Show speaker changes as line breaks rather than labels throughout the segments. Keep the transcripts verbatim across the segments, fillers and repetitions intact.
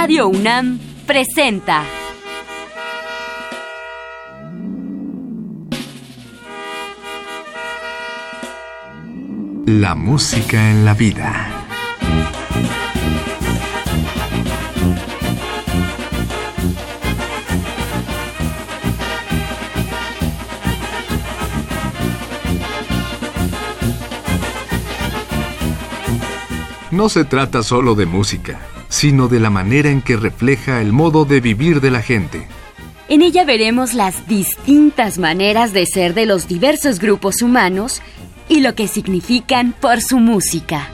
Radio UNAM presenta
La música en la vida. No se trata solo de música, sino de la manera en que refleja el modo de vivir de la gente.
En ella veremos las distintas maneras de ser de los diversos grupos humanos y lo que significan por su música.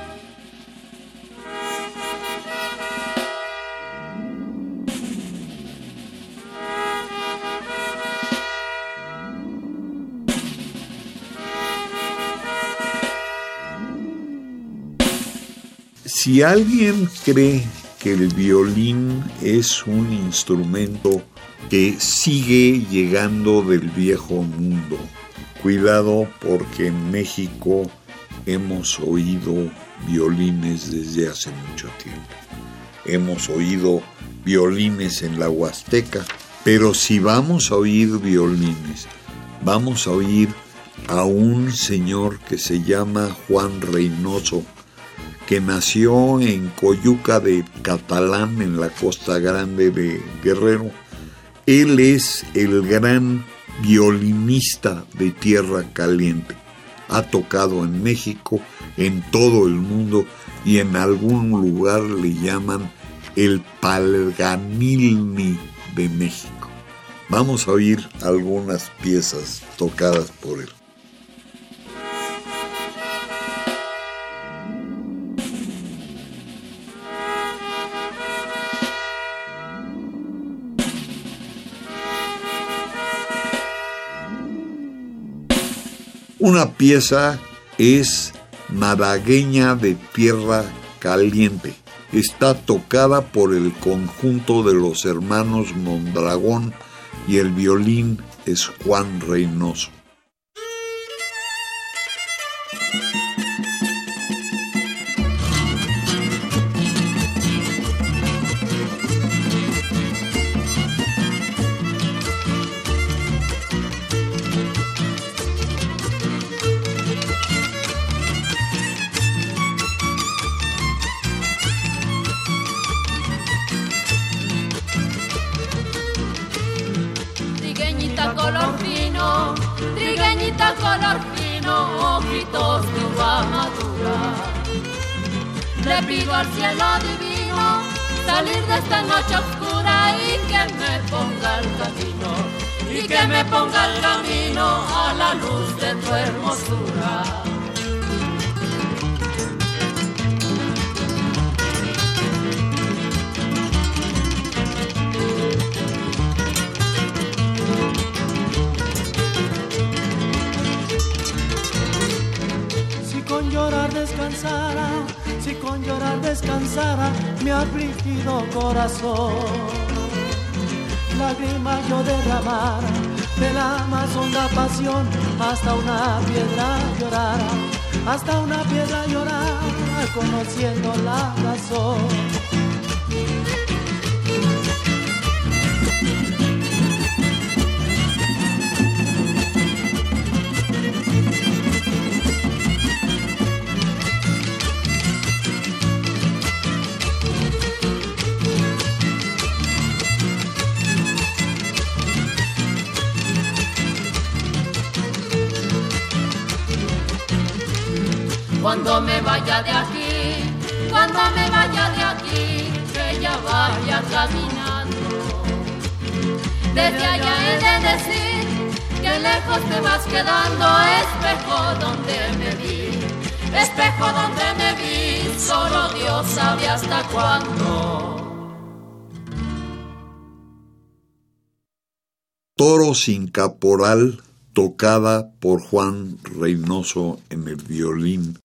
Si alguien cree que el violín es un instrumento que sigue llegando del viejo mundo, cuidado, porque en México hemos oído violines desde hace mucho tiempo. Hemos oído violines en la Huasteca, pero si vamos a oír violines, vamos a oír a un señor que se llama Juan Reynoso, que nació en Coyuca de Catalán, en la Costa Grande de Guerrero. Él es el gran violinista de Tierra Caliente. Ha tocado en México, en todo el mundo, y en algún lugar le llaman el Paganini de México. Vamos a oír algunas piezas tocadas por él. Una pieza es Malagueña de Tierra Caliente. Está tocada por el conjunto de los hermanos Mondragón y el violín es Juan Reynoso.
Color fino, trigueñita color fino, ojitos de uva madura. Le pido al cielo divino salir de esta noche oscura y que me ponga el camino, y que me ponga el camino a la luz de tu hermosura.
Llorar descansara, si con llorar descansara mi afligido corazón. Lágrimas yo derramara de la más honda pasión, hasta una piedra llorara, hasta una piedra llorara, conociendo la razón.
Cuando me vaya de aquí, cuando me vaya de aquí, que ya vaya caminando. Desde allá he de decir que lejos te vas quedando, espejo donde me vi, espejo donde me vi, solo Dios sabe hasta cuándo.
Toro sin caporal, tocada por Juan Reynoso en el violín.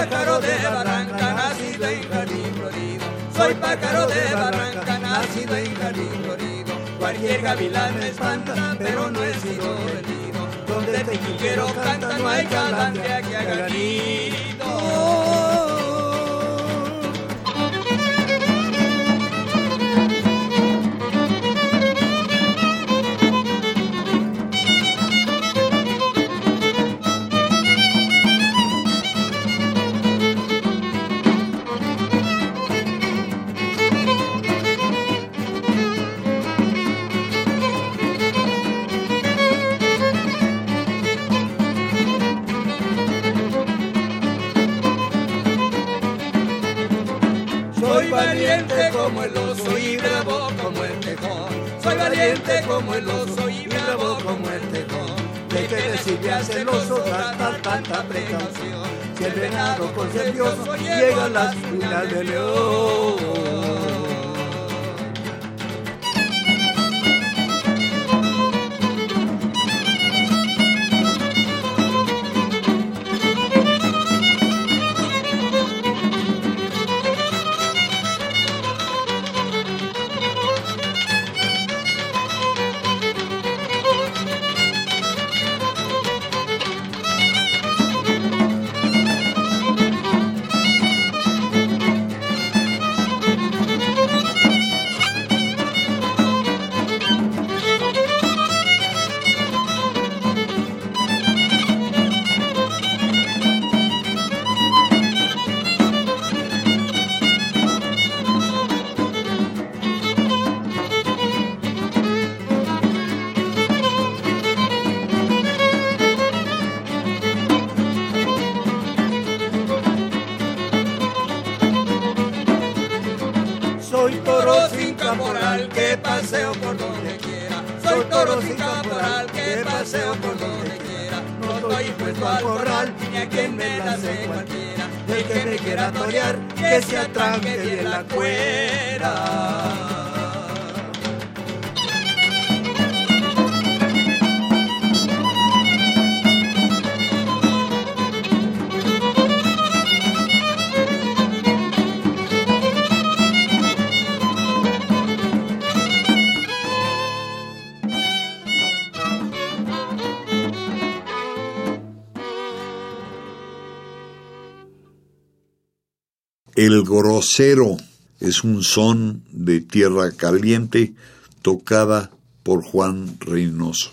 pájaro de Barranca, nacido en jardín florido. Soy pájaro de Barranca, nacido en jardín florido. Cualquier gavilán me espanta, pero no he sido herido. Donde el tequillero canta, no hay calandria que haga nido. Como el oso y bravo como el tejón. Soy valiente como el oso y bravo como el tejón. ¿De qué le sirve al celoso gastar tanta precaución? Si el venado consentioso llega a las cunas de león. Soy toro sin caporal que paseo por donde quiera. Soy toro sin caporal que paseo por donde quiera. No estoy impuesto al corral ni a quien me la hace cualquiera. El que me quiera torear que se atranque bien la cuera.
El grosero es un son de Tierra Caliente tocada por Juan Reynoso.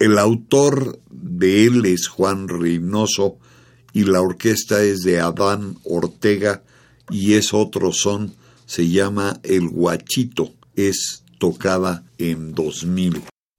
El autor de él es Juan Reynoso y la orquesta es de Adán Ortega y es otro son, se llama El Guachito, es tocada en dos mil.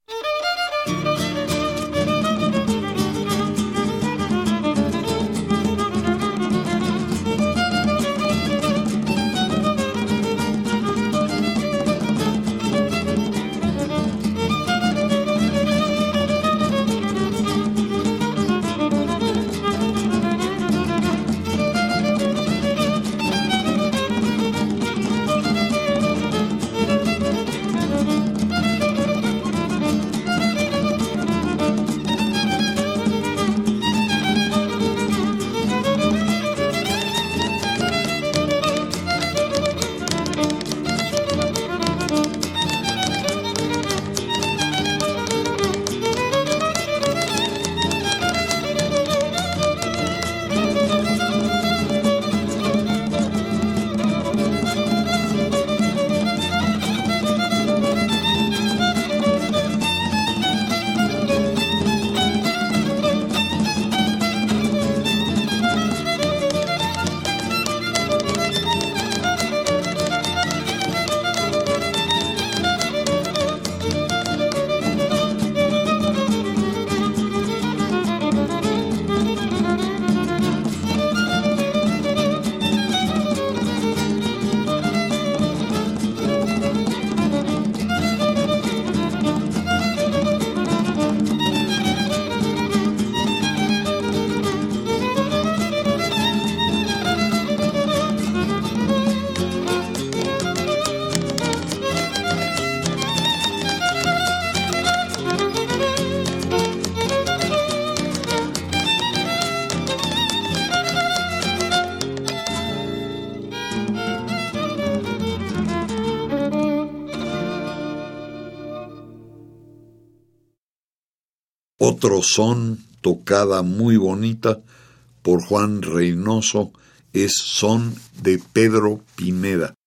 Otro son, tocada muy bonita por Juan Reynoso, es Son de Pedro Pineda.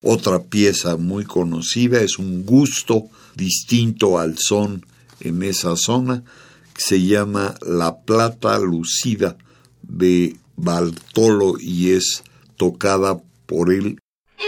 Otra pieza muy conocida, es un gusto distinto al son en esa zona, que se llama La Plata Lucida de Bartolo y es tocada por él.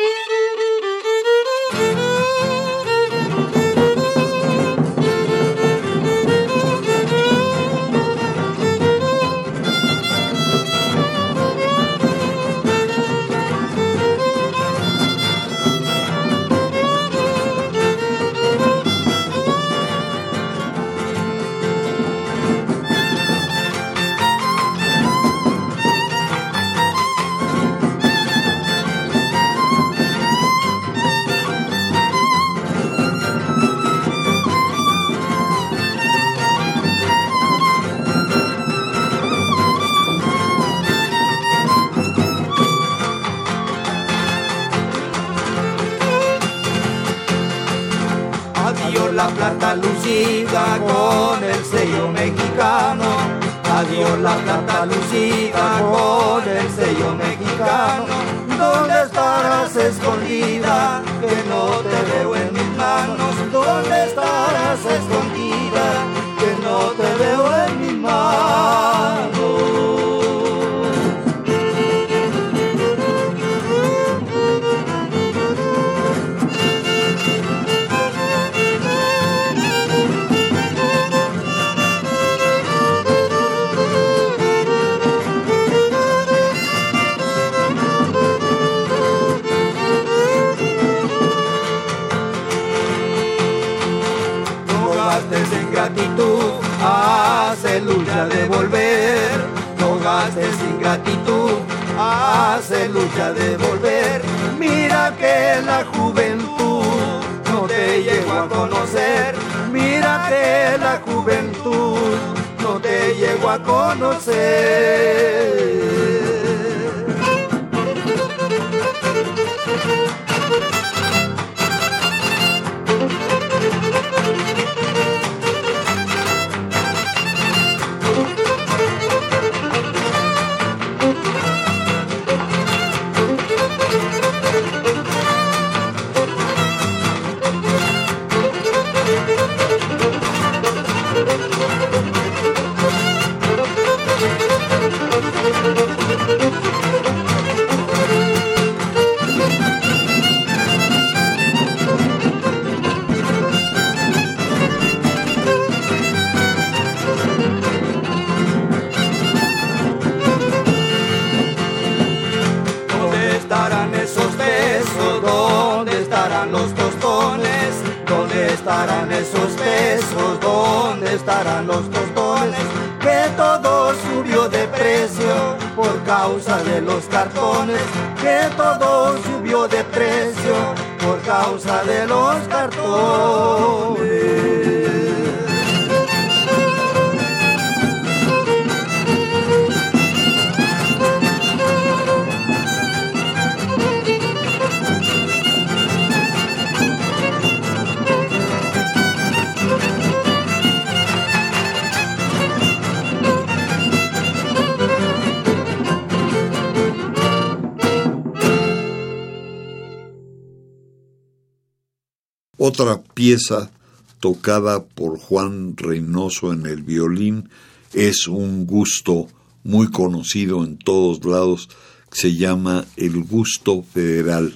La plata lucida con el sello mexicano, adiós la plata lucida con el sello mexicano. ¿Dónde estarás escondida? Que no te veo en mis manos. ¿Dónde estarás escondida? Que no te veo en mis manos. Gratitud, hace lucha de volver, no gastes ingratitud, hace lucha de volver. Mira que la juventud no te llegó a conocer, mira que la juventud no te llegó a conocer. ¿Dónde estarán esos besos? ¿Dónde estarán los tostones? ¿Dónde estarán esos besos? ¿Dónde estarán los tostones? Que todo subió de precio por causa de los cartones, que todo subió de precio por causa de los cartones.
Otra pieza tocada por Juan Reynoso en el violín es un gusto muy conocido en todos lados, que se llama el gusto federal.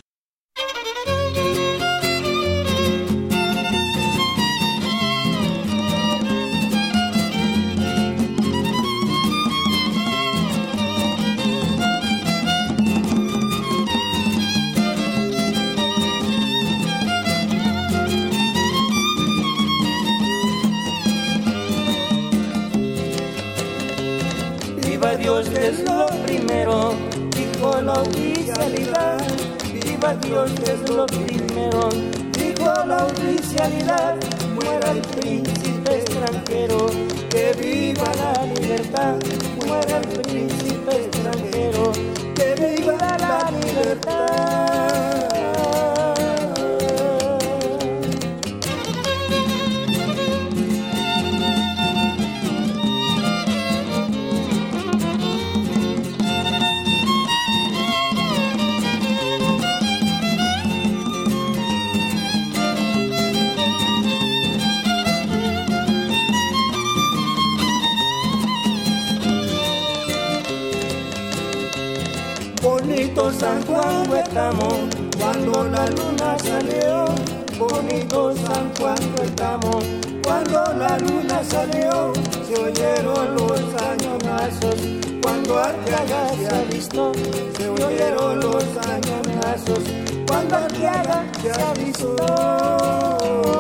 Dios es lo primero, dijo la oficialidad. Viva Dios es lo primero, dijo la oficialidad. Muera el príncipe extranjero, que viva la libertad. Muera el príncipe extranjero, que viva la libertad. San Juan Huetamo, cuando la luna salió, bonito San Juan Huetamo, cuando la luna salió, se oyeron los cañonazos, cuando Arteaga se avistó, se oyeron los cañonazos, cuando Arteaga se avistó.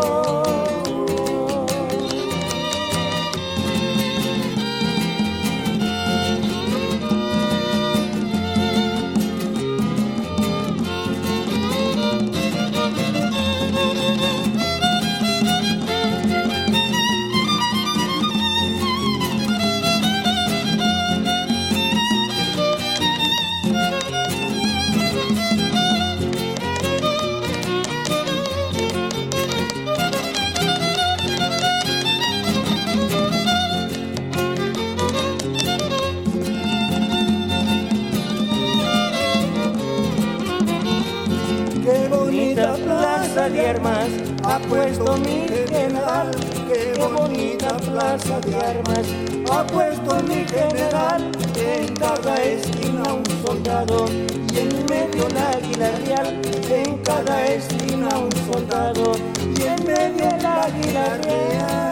De armas ha puesto mi general, qué bonita plaza de armas ha puesto mi general, en cada esquina un soldado y en medio el águila real, en cada esquina un soldado y en medio el águila real.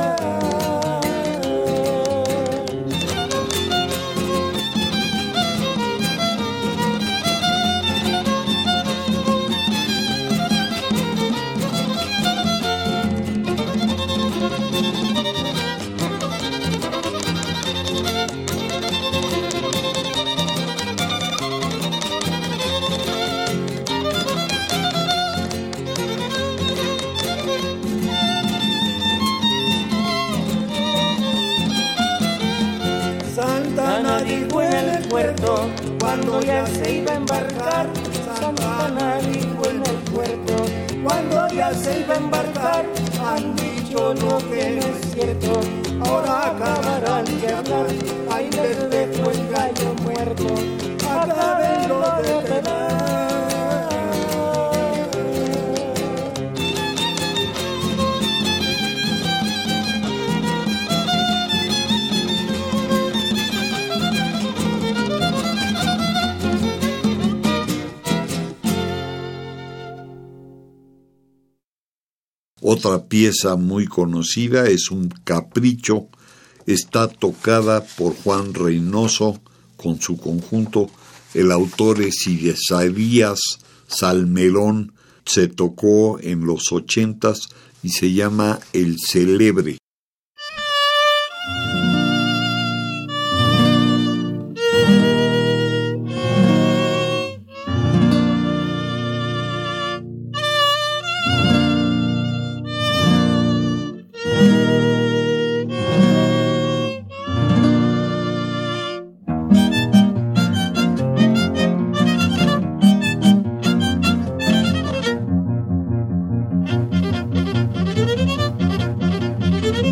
Santana dijo en el puerto, cuando ya se iba a embarcar, Santana dijo en el puerto, cuando ya se iba a embarcar, han dicho lo que no es cierto, ahora acabarán de hablar, ahí les dejo el gallo muerto, acábenlo de pelar.
Otra pieza muy conocida es un capricho, está tocada por Juan Reynoso con su conjunto, el autor es Isaías Salmerón, se tocó en los ochentas y se llama El Celebre.
Thank you.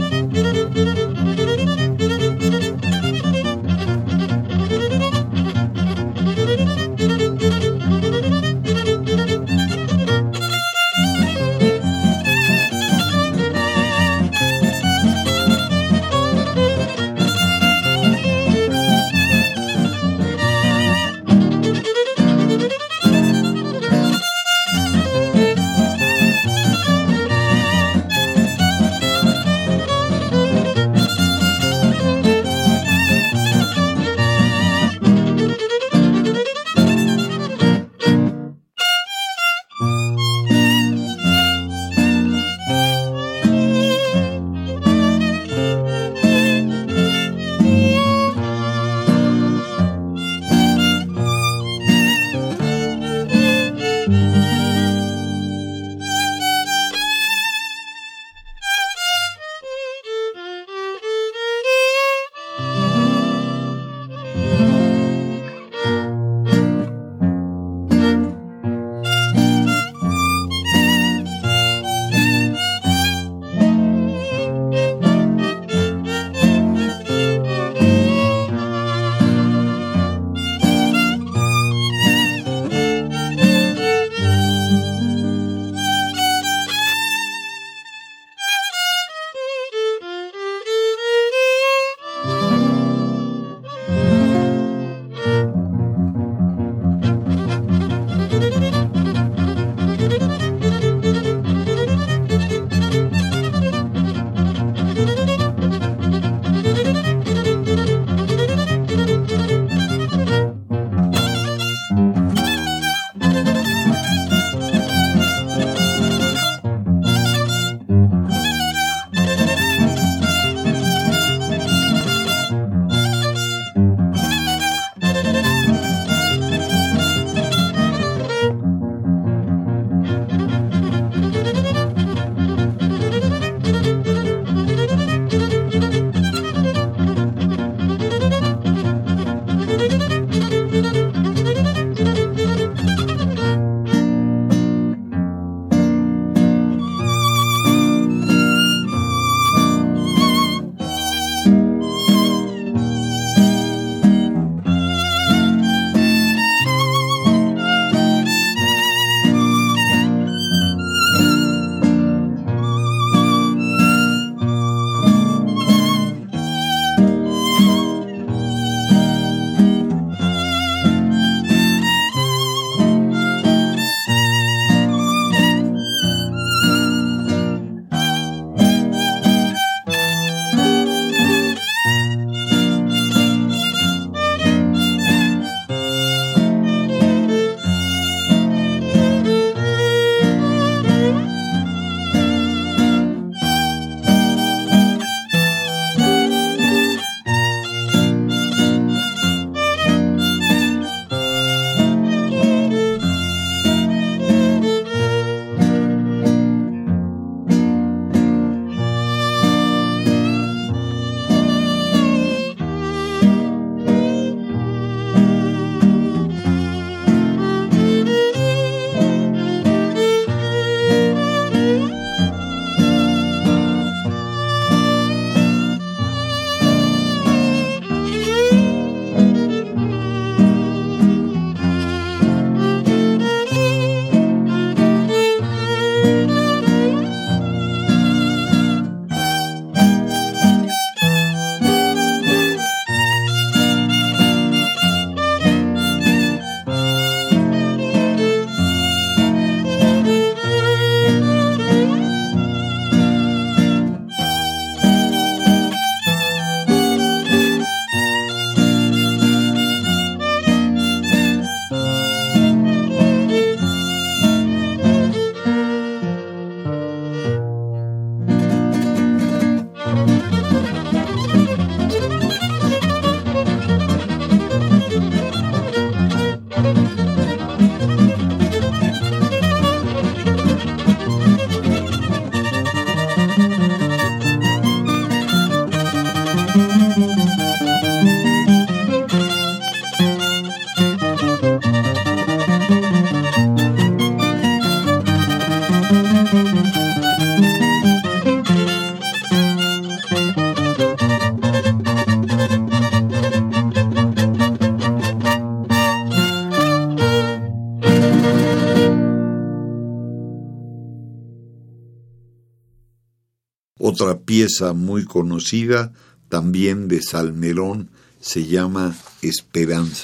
Otra pieza muy conocida, también de Salmerón, se llama Esperanza.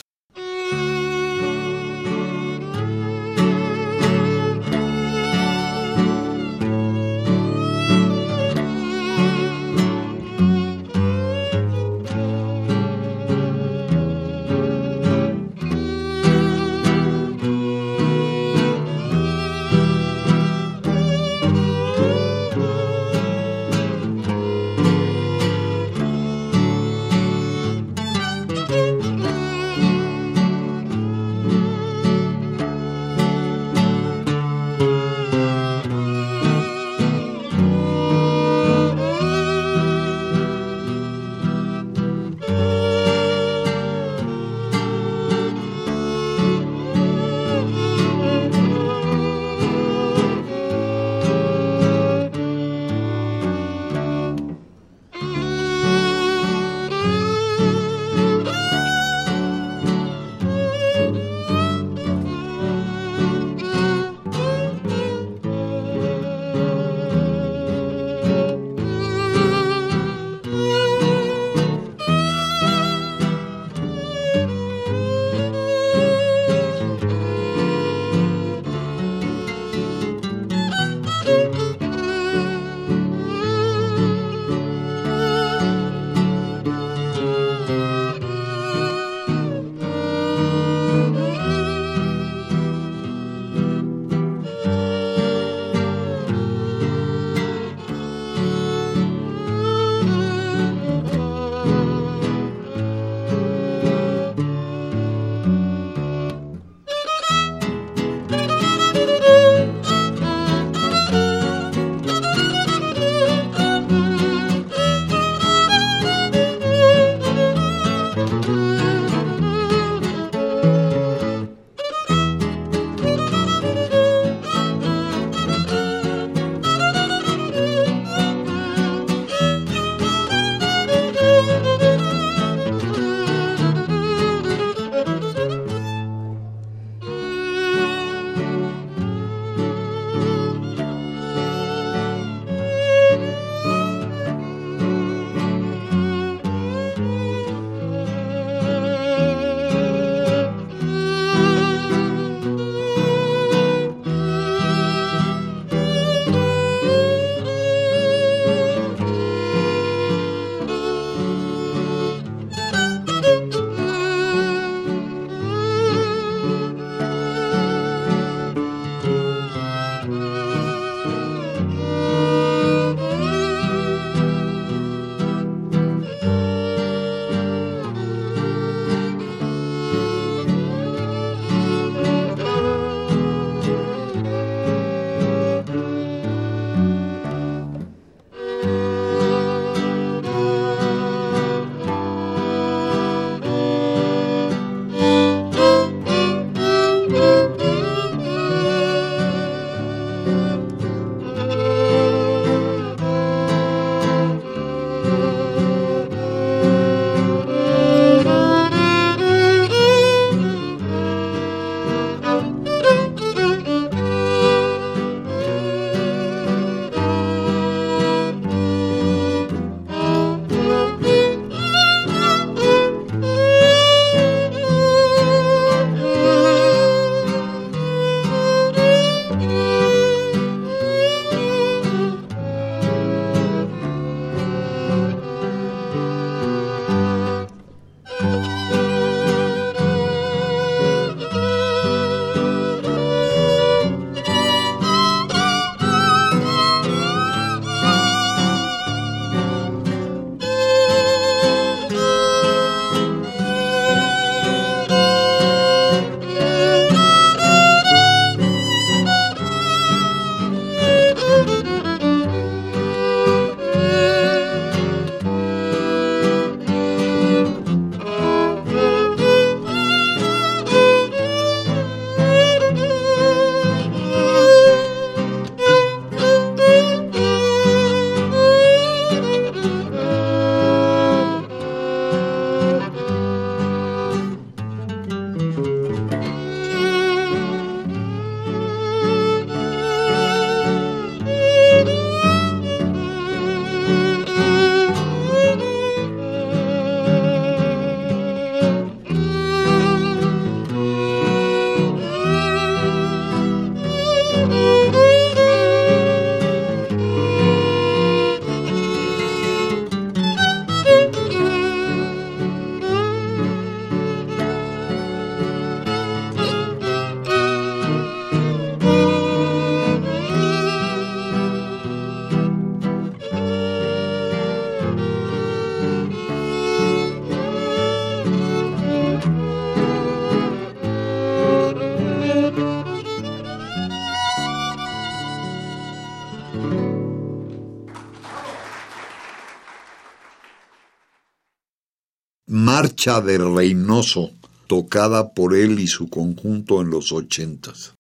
Marcha del Reynoso, tocada por él y su conjunto en los ochentas.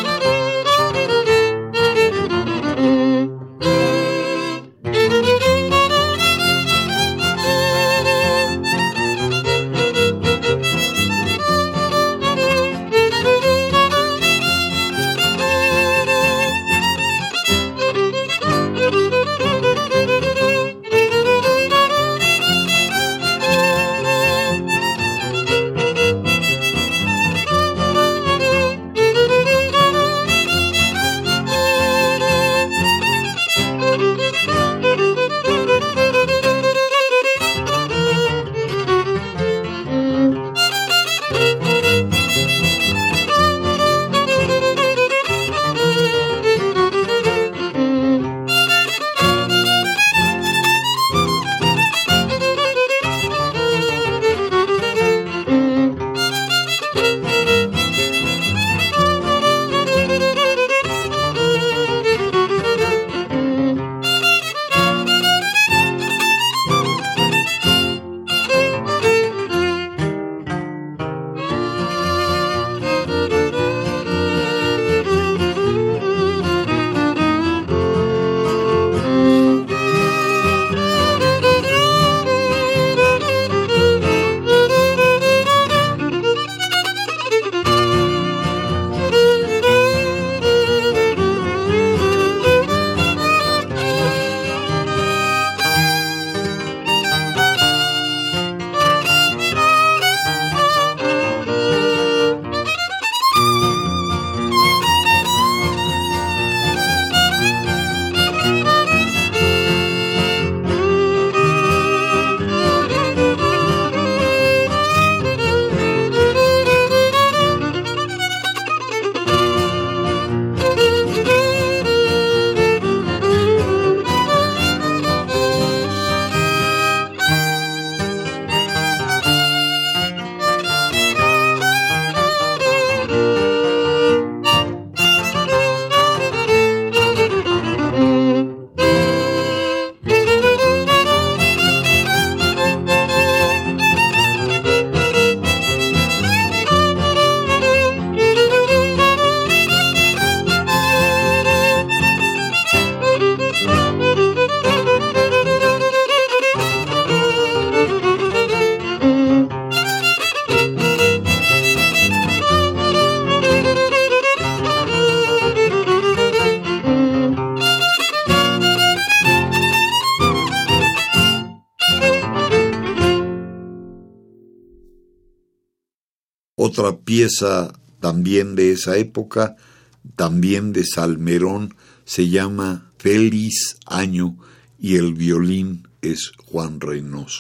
Otra pieza también de esa época, también de Salmerón, se llama Feliz Año y el violín es Juan Reynoso.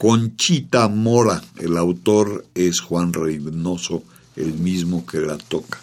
Conchita Mora, el autor es Juan Reynoso, el mismo que la toca.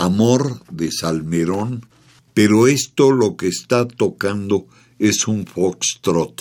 Amor de Salmerón, pero esto lo que está tocando es un foxtrot.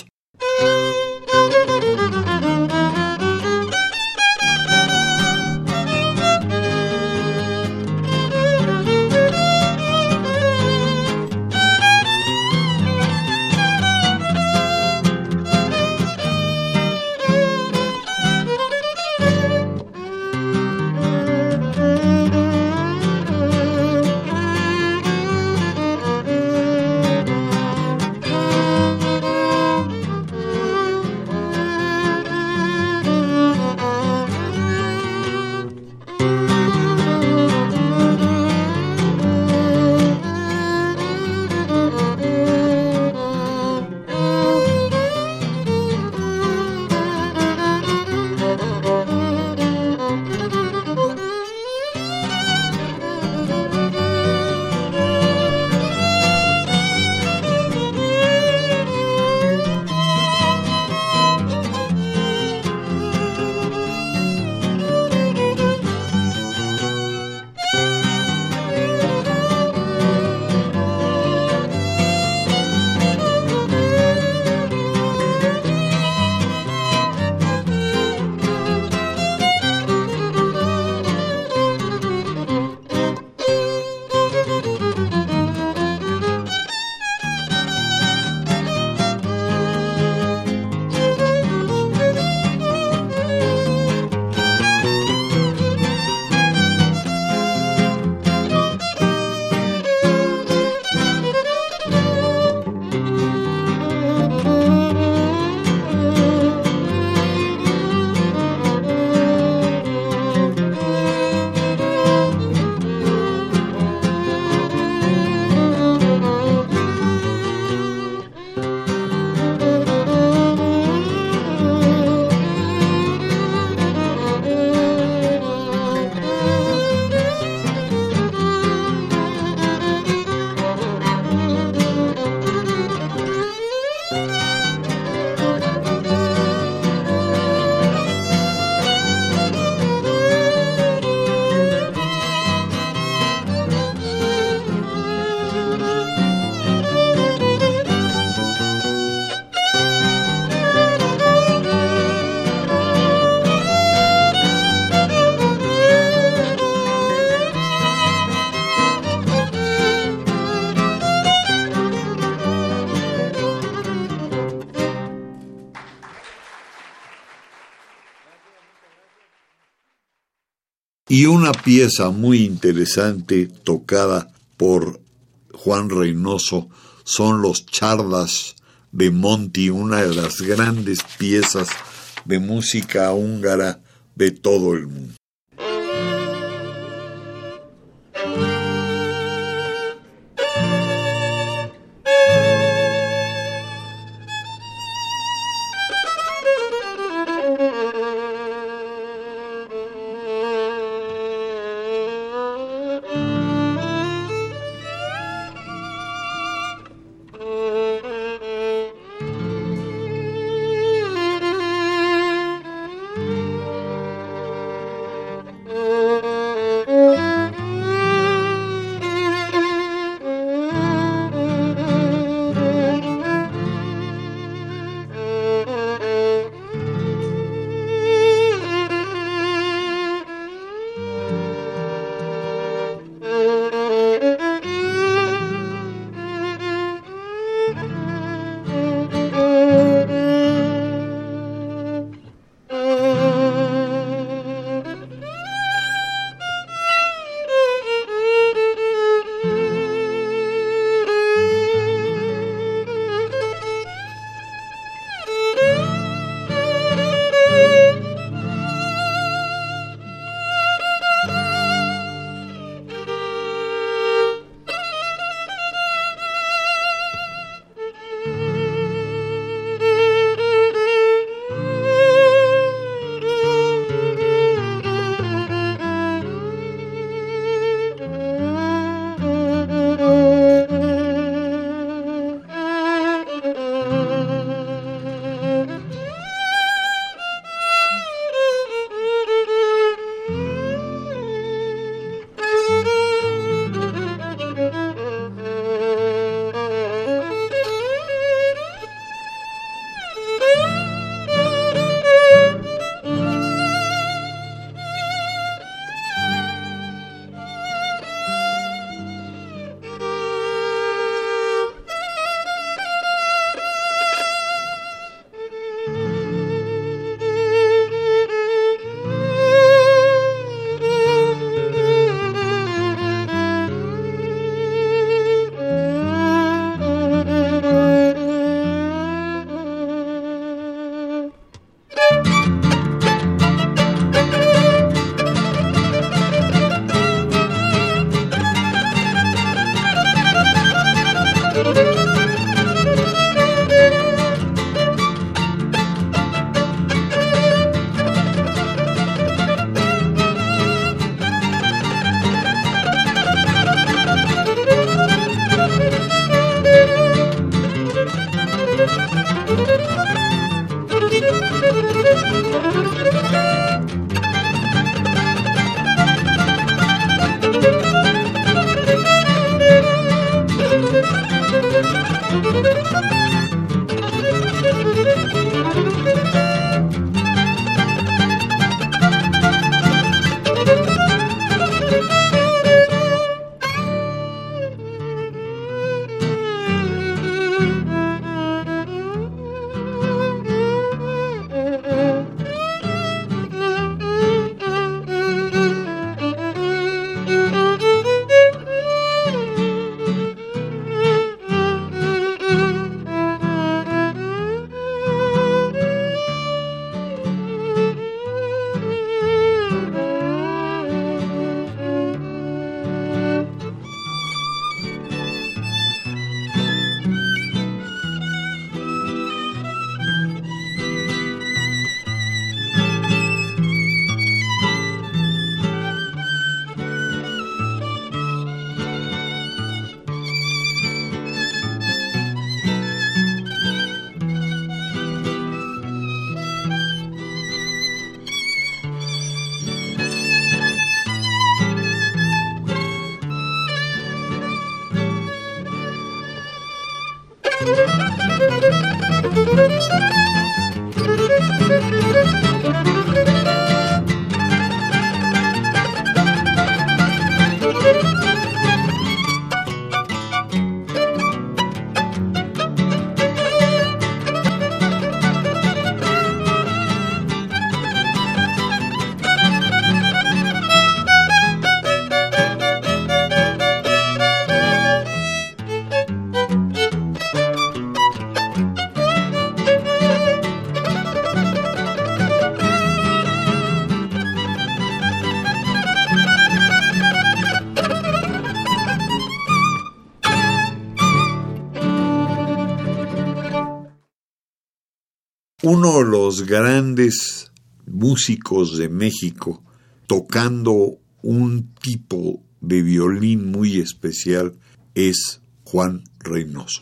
Y una pieza muy interesante tocada por Juan Reynoso son los Chardas de Monti, una de las grandes piezas de música húngara de todo el mundo. uno de los grandes músicos de México tocando un tipo de violín muy especial es Juan Reynoso.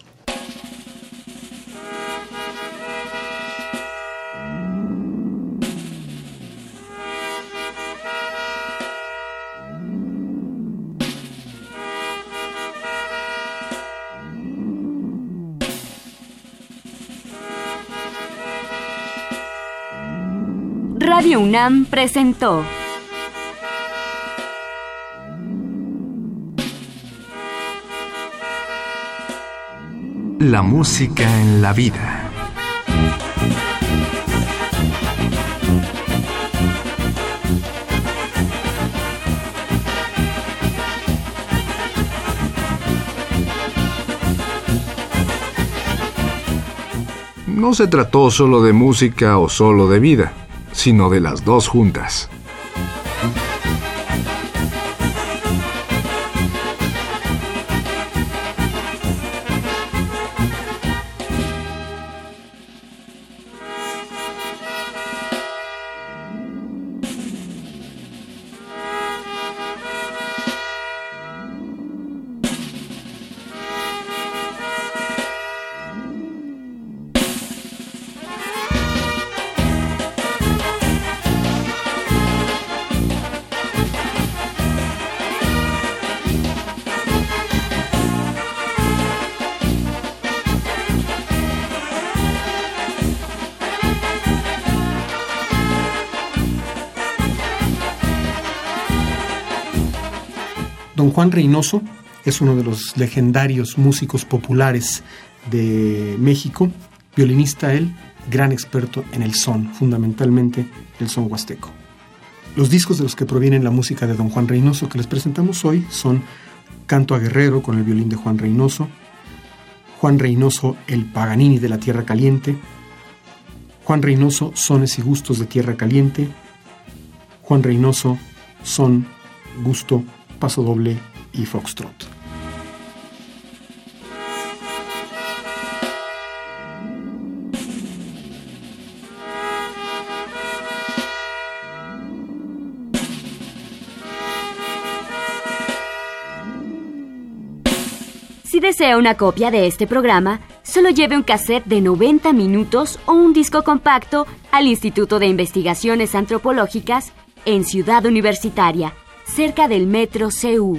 Radio UNAM presentó
La música en la vida. No se trató solo de música o solo de vida, sino de las dos juntas.
Don Juan Reynoso es uno de los legendarios músicos populares de México, violinista él, gran experto en el son, fundamentalmente el son huasteco. Los discos de los que provienen la música de Don Juan Reynoso que les presentamos hoy son Canto a Guerrero con el violín de Juan Reynoso, Juan Reynoso el Paganini de la Tierra Caliente, Juan Reynoso Sones y Gustos de Tierra Caliente, Juan Reynoso Son, Gusto, Paso Doble y Foxtrot.
Si desea una copia de este programa, solo lleve un cassette de noventa minutos o un disco compacto al Instituto de Investigaciones Antropológicas en Ciudad Universitaria, cerca del Metro C U.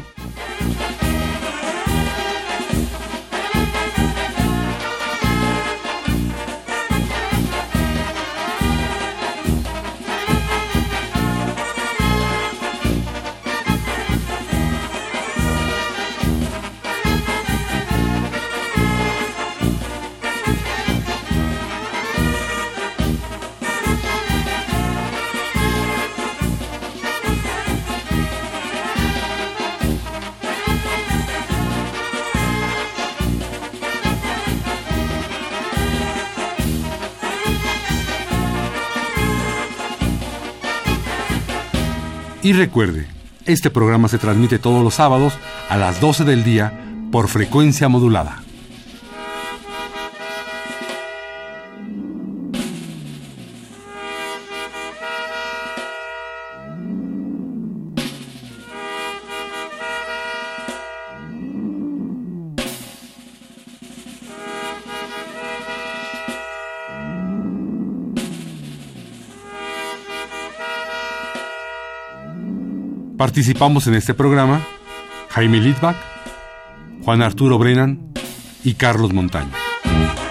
Y recuerde, este programa se transmite todos los sábados a las doce del día por frecuencia modulada. Participamos en este programa Jaime Litvak, Juan Arturo Brennan y Carlos Montaño.